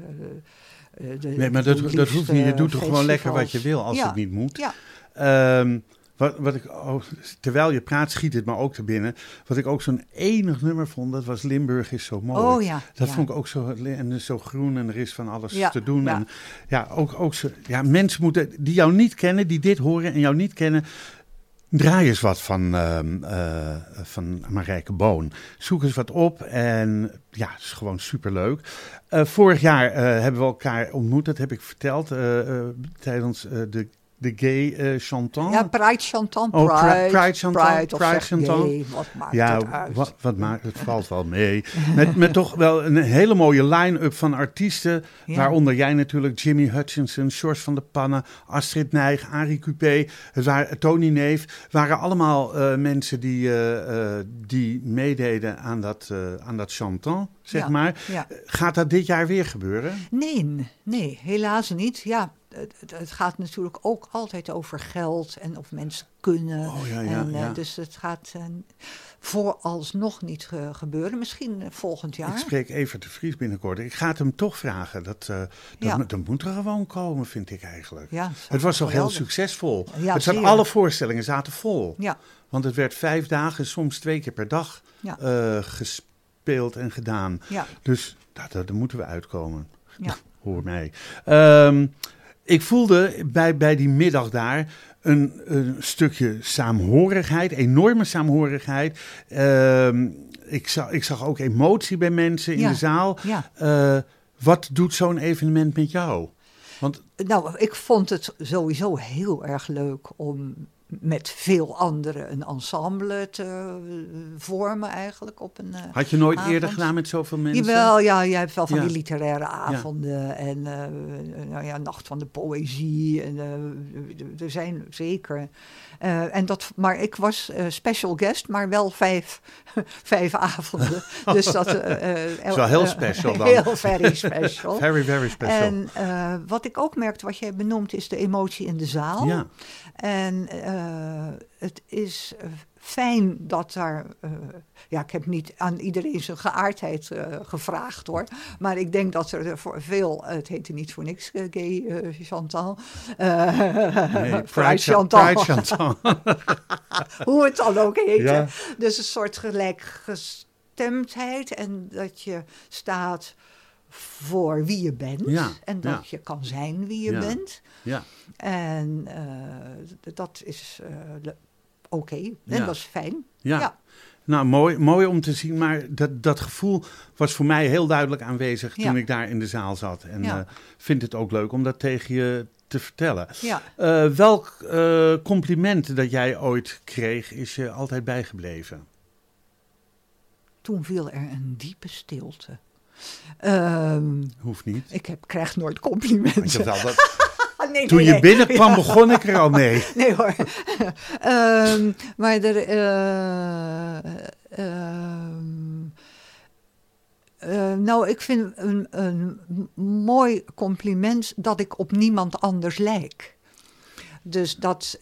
Nee, maar dat hoeft niet. Je doet toch gewoon lekker wat je wil als het niet moet. Ja. Terwijl je praat, schiet het me ook te binnen. Wat ik ook zo'n enig nummer vond, dat was Limburg is zo mooi. Oh ja. Dat vond ik ook zo, en zo groen en er is van alles te doen. Ja. En ook zo, mensen moeten, die jou niet kennen, die dit horen en jou niet kennen, draai eens wat van Marijke Boon. Zoek eens wat op en het is gewoon superleuk. Vorig jaar hebben we elkaar ontmoet, dat heb ik verteld, tijdens de gay chantant. Ja, Pride chantant. Pride chantant. Pride chantant. Gay, wat maakt het uit? Wat maakt het? Valt wel mee. Met toch wel een hele mooie line-up van artiesten. Ja. Waaronder jij natuurlijk, Jimmy Hutchinson, George van der Pannen, Astrid Nijg, Arie Cupé, Tony Neef. Waren allemaal mensen die meededen aan dat chantant, zeg maar. Ja. Gaat dat dit jaar weer gebeuren? Nee, helaas niet. Ja. Het gaat natuurlijk ook altijd over geld en of mensen kunnen. Dus het gaat vooralsnog niet gebeuren. Misschien volgend jaar. Ik spreek Evert de Vries binnenkort. Ik ga het hem toch vragen. Dat moet er gewoon komen, vind ik eigenlijk. Ja, het was toch heel succesvol. Ja, alle voorstellingen zaten vol. Ja. Want het werd 5 dagen, soms 2 keer per dag gespeeld en gedaan. Ja. Dus daar moeten we uitkomen. Ja. Hoor mij. Ik voelde bij die middag daar een stukje saamhorigheid, enorme saamhorigheid. Ik zag ook emotie bij mensen in de zaal. Ja. Wat doet zo'n evenement met jou? Ik vond het sowieso heel erg leuk om met veel anderen een ensemble te vormen eigenlijk op een Had je nooit avond. Eerder gedaan met zoveel mensen? Jawel, je hebt wel van die literaire avonden en Nacht van de Poëzie. En, er zijn zeker. Maar ik was special guest, maar wel 5 avonden. Dus dat is wel heel special dan. Heel very special. Very, very special. En wat ik ook merkte, wat jij benoemt, is de emotie in de zaal. Ja. En het is fijn dat daar... ik heb niet aan iedereen zijn geaardheid gevraagd hoor. Maar ik denk dat er voor veel... Het heette niet voor niks gay Chantal. Pride Chantal. Hoe het dan ook heette. Ja. Dus een soort gelijkgestemdheid. En dat je staat voor wie je bent. Ja, en dat je kan zijn wie je bent. Ja. En dat is oké. En dat is fijn. Ja. Nou, mooi om te zien. Maar dat gevoel was voor mij heel duidelijk aanwezig toen ik daar in de zaal zat. En vind het ook leuk om dat tegen je te vertellen. Ja. Welk compliment dat jij ooit kreeg is je altijd bijgebleven? Toen viel er een diepe stilte. Hoeft niet. Ik krijg nooit complimenten. Toen je binnenkwam begon ik er al mee. Nee hoor. Maar ik vind een mooi compliment dat ik op niemand anders lijk. Dus dat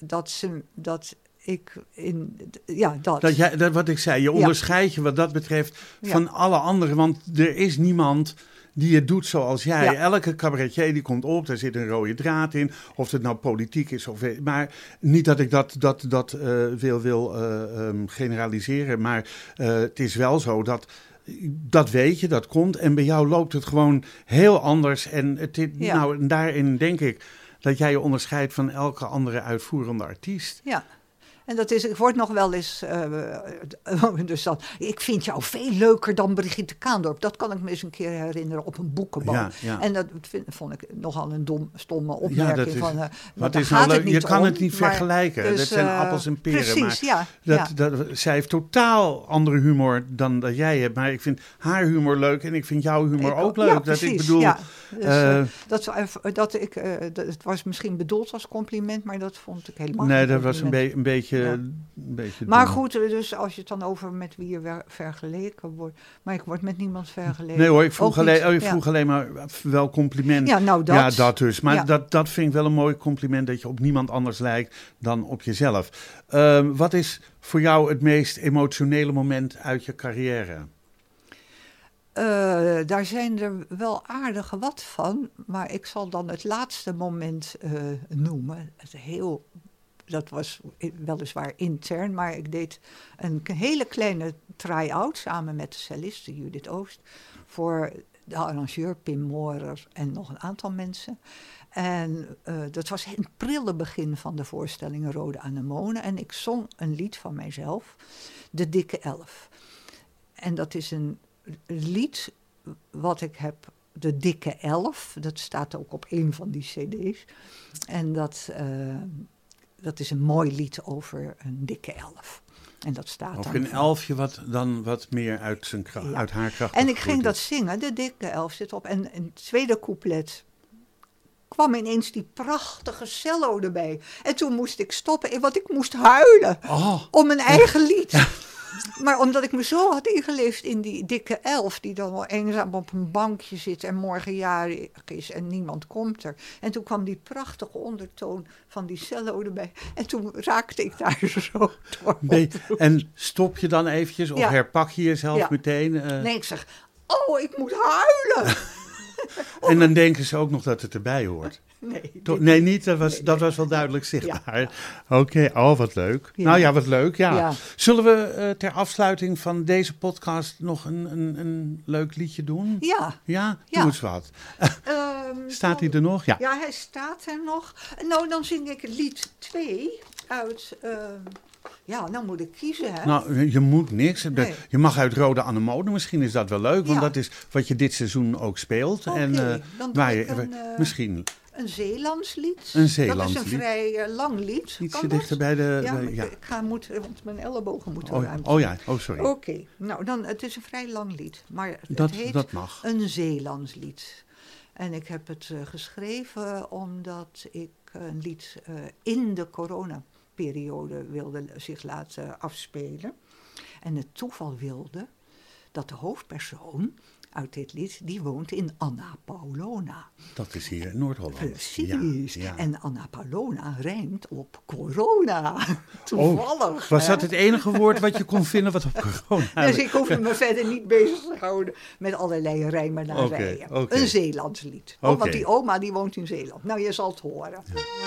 wat ik zei, je onderscheidt je wat dat betreft van alle anderen. Want er is niemand die het doet zoals jij. Ja. Elke cabaretier die komt op, daar zit een rode draad in. Of het nou politiek is. Maar niet dat ik dat wil generaliseren. Maar het is wel zo dat weet je, dat komt. En bij jou loopt het gewoon heel anders. En daarin denk ik dat jij je onderscheidt van elke andere uitvoerende artiest. Ja. En dat is, ik word nog wel eens, dus dan, ik vind jou veel leuker dan Brigitte Kaandorp. Dat kan ik me eens een keer herinneren op een boekenbal. Ja. En dat vond ik nogal een stomme opmerking. Ja, wat is nou leuk? Je kan het niet vergelijken. Dus, dat zijn appels en peren. Precies, maar zij heeft totaal andere humor dan dat jij hebt. Maar ik vind haar humor leuk en ik vind jouw humor ook leuk. Precies, ik bedoel, het was misschien bedoeld als compliment, maar dat vond ik helemaal niet. Nee, dat was een beetje... Maar goed, dus als je het dan over met wie je vergeleken wordt. Maar ik word met niemand vergeleken. Nee hoor, ik vroeg alleen maar wel compliment. Ja, nou dat. Ja, dat dus. Maar dat vind ik wel een mooi compliment, dat je op niemand anders lijkt dan op jezelf. Wat is voor jou het meest emotionele moment uit je carrière? Daar zijn er wel aardige wat van, maar ik zal dan het laatste moment noemen. Dat was weliswaar intern, maar ik deed een hele kleine try-out samen met de celliste Judith Oost voor de arrangeur Pim Moorer en nog een aantal mensen. En dat was het prille begin van de voorstelling Rode Anemonen. En ik zong een lied van mijzelf, De Dikke Elf. En dat is een lied wat ik heb, De Dikke Elf. Dat staat ook op een van die cd's. En dat is een mooi lied over een dikke elf. En dat staat over een elfje wat meer uit haar kracht. En ik ging dat zingen, De Dikke Elf zit op. En in het tweede couplet kwam ineens die prachtige cello erbij. En toen moest ik stoppen, want ik moest huilen om mijn eigen lied. Maar omdat ik me zo had ingeleefd in die dikke elf, die dan wel eenzaam op een bankje zit en morgen jarig is en niemand komt er. En toen kwam die prachtige ondertoon van die cello erbij. En toen raakte ik daar zo door. En stop je dan eventjes of herpak je jezelf meteen? Nee, ik zeg, ik moet huilen. En dan denken ze ook nog dat het erbij hoort. Nee, niet. Dat was wel duidelijk zichtbaar. Ja. Oké, wat leuk. Ja. Nou ja, wat leuk. Ja. Zullen we ter afsluiting van deze podcast nog een leuk liedje doen? Ja. Ja? Doe eens wat. Staat hij er nog? Ja. Ja, hij staat er nog. Nou, dan zing ik lied 2 uit... nou moet ik kiezen, hè? Nou, je moet niks. Nee. Je mag uit Rode Anemonen. Misschien is dat wel leuk, want dat is wat je dit seizoen ook speelt. Okay, en dan doe ik misschien... Een Zeelands lied. Een Zeelands lied. Dat is een vrij lang lied. Ietsje dichter bij de... Ik want mijn ellebogen moeten ruimte. Sorry. Oké, nou dan, het is een vrij lang lied. Maar het heet dat mag. Een Zeelands lied. En ik heb het geschreven omdat ik een lied in de coronaperiode wilde zich laten afspelen. En het toeval wilde dat de hoofdpersoon uit dit lied, die woont in Anna Paulowna. Dat is hier in Noord-Holland. Precies. Ja. En Anna Paulowna rijmt op corona. Toevallig. Was dat het enige woord wat je kon vinden wat op corona... Dus ik hoef me verder niet bezig te houden met allerlei rijmenarijen. Okay. Een Zeelands lied. Want die oma die woont in Zeeland. Nou, je zal het horen.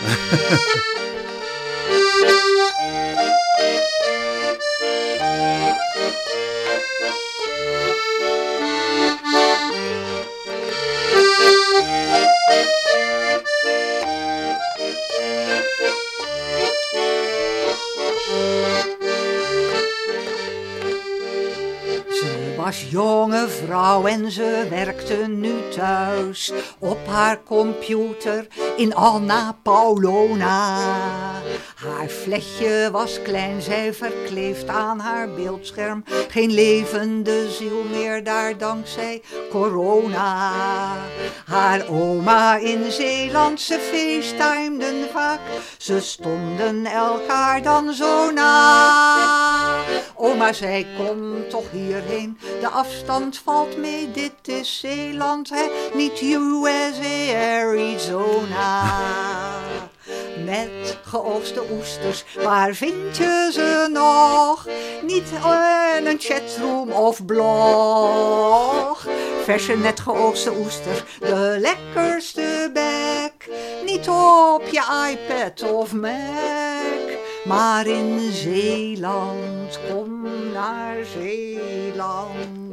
Was jonge vrouw en ze werkte nu thuis op haar computer in Anna Paulowna. Haar flesje was klein, zij verkleefd aan haar beeldscherm. Geen levende ziel meer daar dankzij corona. Haar oma in Zeeland, ze facetimeden vaak. Ze stonden elkaar dan zo na. Oma zei, kom toch hierheen. De afstand valt mee, dit is Zeeland, hè? Niet USA, Arizona. Net geoogste oesters, waar vind je ze nog? Niet in een chatroom of blog. Verse net geoogste oesters, de lekkerste bek. Niet op je iPad of Mac, maar in Zeeland. Kom naar Zeeland.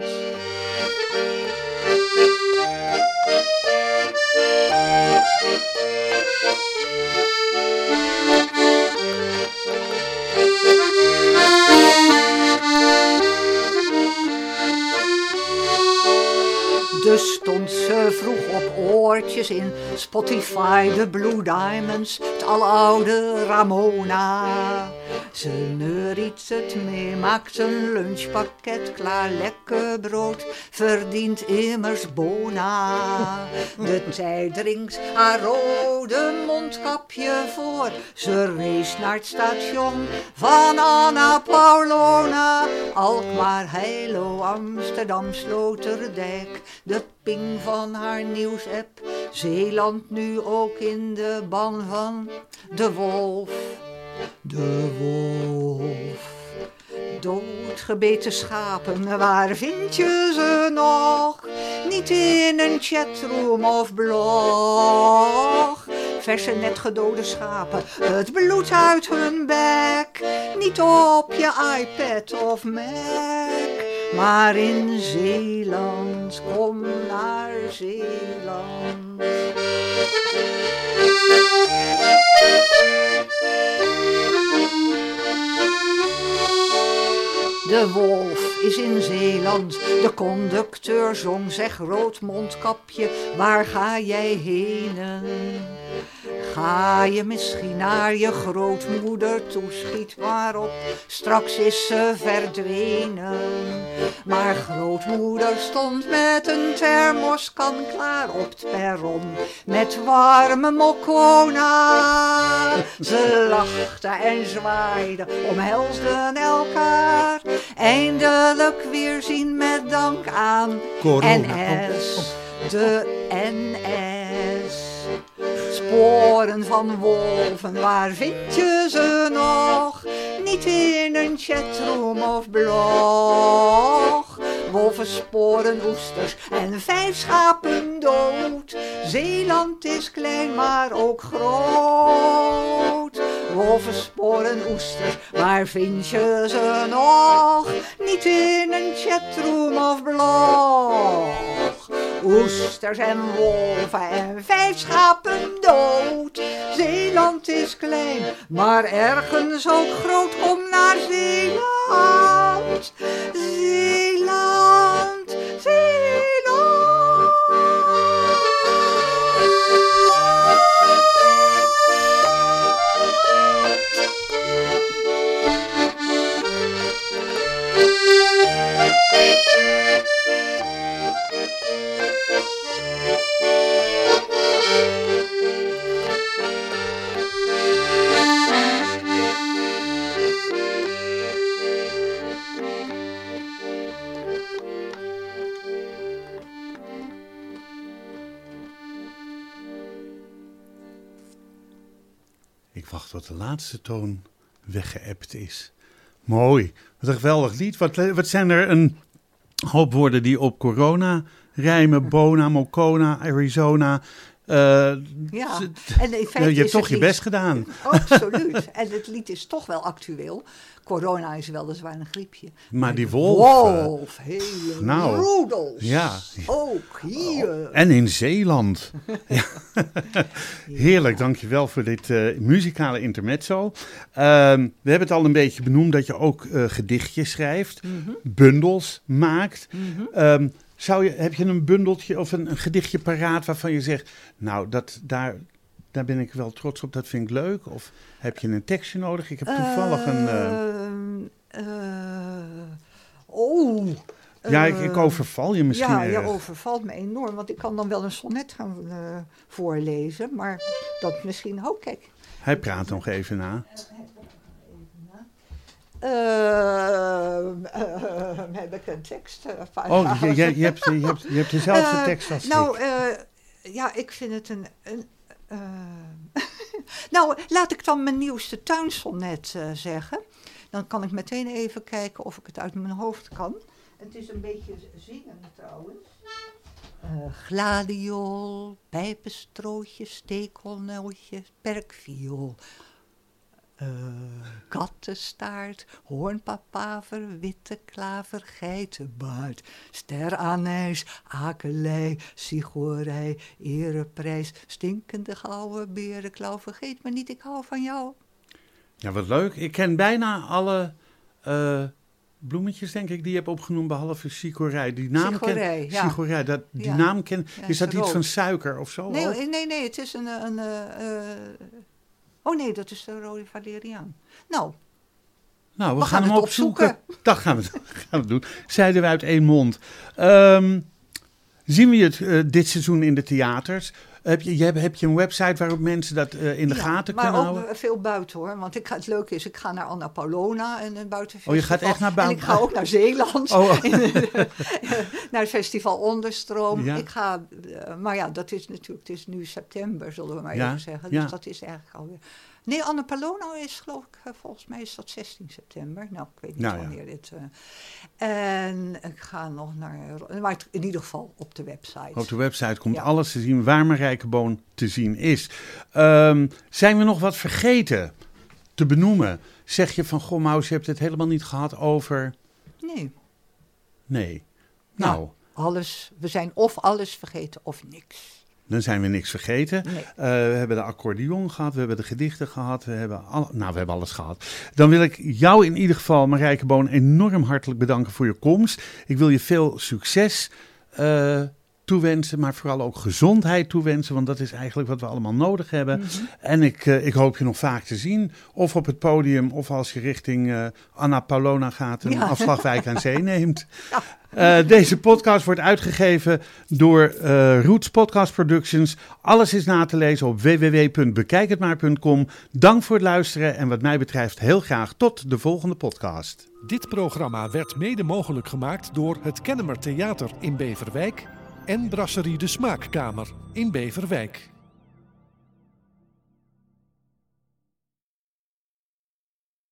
Dus stond ze vroeg op oortjes in Spotify, de Blue Diamonds, het aloude Ramona. Ze neuriet het mee, maakt een lunchpakket klaar, lekker brood, verdient immers bona. De tijd dringt haar rode mondkapje voor, ze race naar het station van Anna Paulona. Alkmaar, Heilo, Amsterdam, Sloterdijk, de ping van haar nieuwsapp, Zeeland nu ook in de ban van de wolf. De wolf. Doodgebeten schapen, waar vind je ze nog? Niet in een chatroom of blog. Verse net gedode schapen, het bloed uit hun bek. Niet op je iPad of Mac, maar in Zeeland. Kom naar Zeeland. De wolf is in Zeeland, de conducteur zong, zeg rood mondkapje, waar ga jij heen? Ga je misschien naar je grootmoeder toe, schiet maar op, straks is ze verdwenen. Maar grootmoeder stond met een thermoskan klaar op het perron, met warme moccona. Ze lachten en zwaaiden, omhelsden elkaar, eindelijk weer zien met dank aan NS, de NS. Sporen van wolven, waar vind je ze nog? Niet in een chatroom of blog. Wolven sporen oesters en 5 schapen dood. Zeeland is klein, maar ook groot. Wolven sporen oesters, waar vind je ze nog? Niet in een chatroom of blog. Oesters en wolven en 5 schapen dood. Zeeland is klein, maar ergens ook groot. Kom naar Zeeland, Zeeland, Zeeland. Ik wacht tot de laatste toon weggeëpt is. Mooi, wat een geweldig lied. Wat zijn er een hoop woorden die op corona rijmen. Bona, Mocona, Arizona. En in feite je hebt toch je best gedaan. Absoluut. En het lied is toch wel actueel. Corona is weliswaar een griepje. Maar die wolf. Hele roedels. Ja. Ook hier. En in Zeeland. Ja. Heerlijk, dankjewel voor dit muzikale intermezzo. We hebben het al een beetje benoemd dat je ook gedichtjes schrijft. Mm-hmm. Bundels maakt. Mm-hmm. Heb je een bundeltje of een gedichtje paraat waarvan je zegt, nou, daar ben ik wel trots op, dat vind ik leuk? Of heb je een tekstje nodig? Ik heb toevallig ik overval je misschien erg. Ja, je overvalt me enorm, want ik kan dan wel een sonnet gaan voorlezen, maar dat misschien ook, kijk. Hij praat nog even na. Heb ik een tekst? Je hebt dezelfde tekst als ik. Ik vind het Nou, laat ik dan mijn nieuwste tuinsonnet zeggen. Dan kan ik meteen even kijken of ik het uit mijn hoofd kan. Het is een beetje zingen trouwens. Gladiol, pijpenstrootje, stekelnootje, perkviool. Kattenstaart, hoornpapaver, witte klaver, geitenbaard, steranijs, akelei, sigorij, ereprijs, stinkende gouden berenklauw, vergeet me niet, ik hou van jou. Ja, wat leuk. Ik ken bijna alle bloemetjes, denk ik, die je hebt opgenoemd, behalve chicorij. Die naam Chicorij, ja. Chicorij, die naam ken. Ja, is dat iets rood. van suiker of zo? Nee, het is oh nee, dat is de rode valeriaan. Nou, we gaan hem opzoeken. Dat gaan we doen. Zeiden we uit één mond. Zien we het dit seizoen in de theaters? Heb je een website waarop mensen dat in de gaten kunnen houden? Maar ook veel buiten hoor. Want het leuke is, ik ga naar Anna Paulowna en een buitenfestival. Oh, je gaat echt naar buiten? En ik ga ook naar Zeeland. Naar het festival Onderstroom. Ja. Ik ga, maar ja, dat is natuurlijk, het is nu september, zullen we maar even zeggen. Dus dat is eigenlijk alweer... Nee, Anna Paulowna is geloof ik, volgens mij is dat 16 september. Nou, ik weet niet wanneer dit... En ik ga nog naar... Maar in ieder geval op de website. Op de website komt alles te zien waar Marijke Boon te zien is. Zijn we nog wat vergeten te benoemen? Zeg je van, goh Maus, je hebt het helemaal niet gehad over... Nee. Nou. Alles, we zijn of alles vergeten of niks. Dan zijn we niks vergeten. Nee. We hebben de accordeon gehad, we hebben de gedichten gehad, we hebben alles gehad. Dan wil ik jou in ieder geval, Marijke Boon, enorm hartelijk bedanken voor je komst. Ik wil je veel succes toewensen, maar vooral ook gezondheid toewensen, want dat is eigenlijk wat we allemaal nodig hebben. Mm-hmm. En ik hoop je nog vaak te zien, of op het podium, of als je richting Anna Paulowna gaat en Afslagwijk aan Zee neemt. Ja. Deze podcast wordt uitgegeven door Roots Podcast Productions. Alles is na te lezen op www.bekijkhetmaar.com. Dank voor het luisteren en wat mij betreft heel graag tot de volgende podcast. Dit programma werd mede mogelijk gemaakt door het Kennemer Theater in Beverwijk en Brasserie de Smaakkamer in Beverwijk.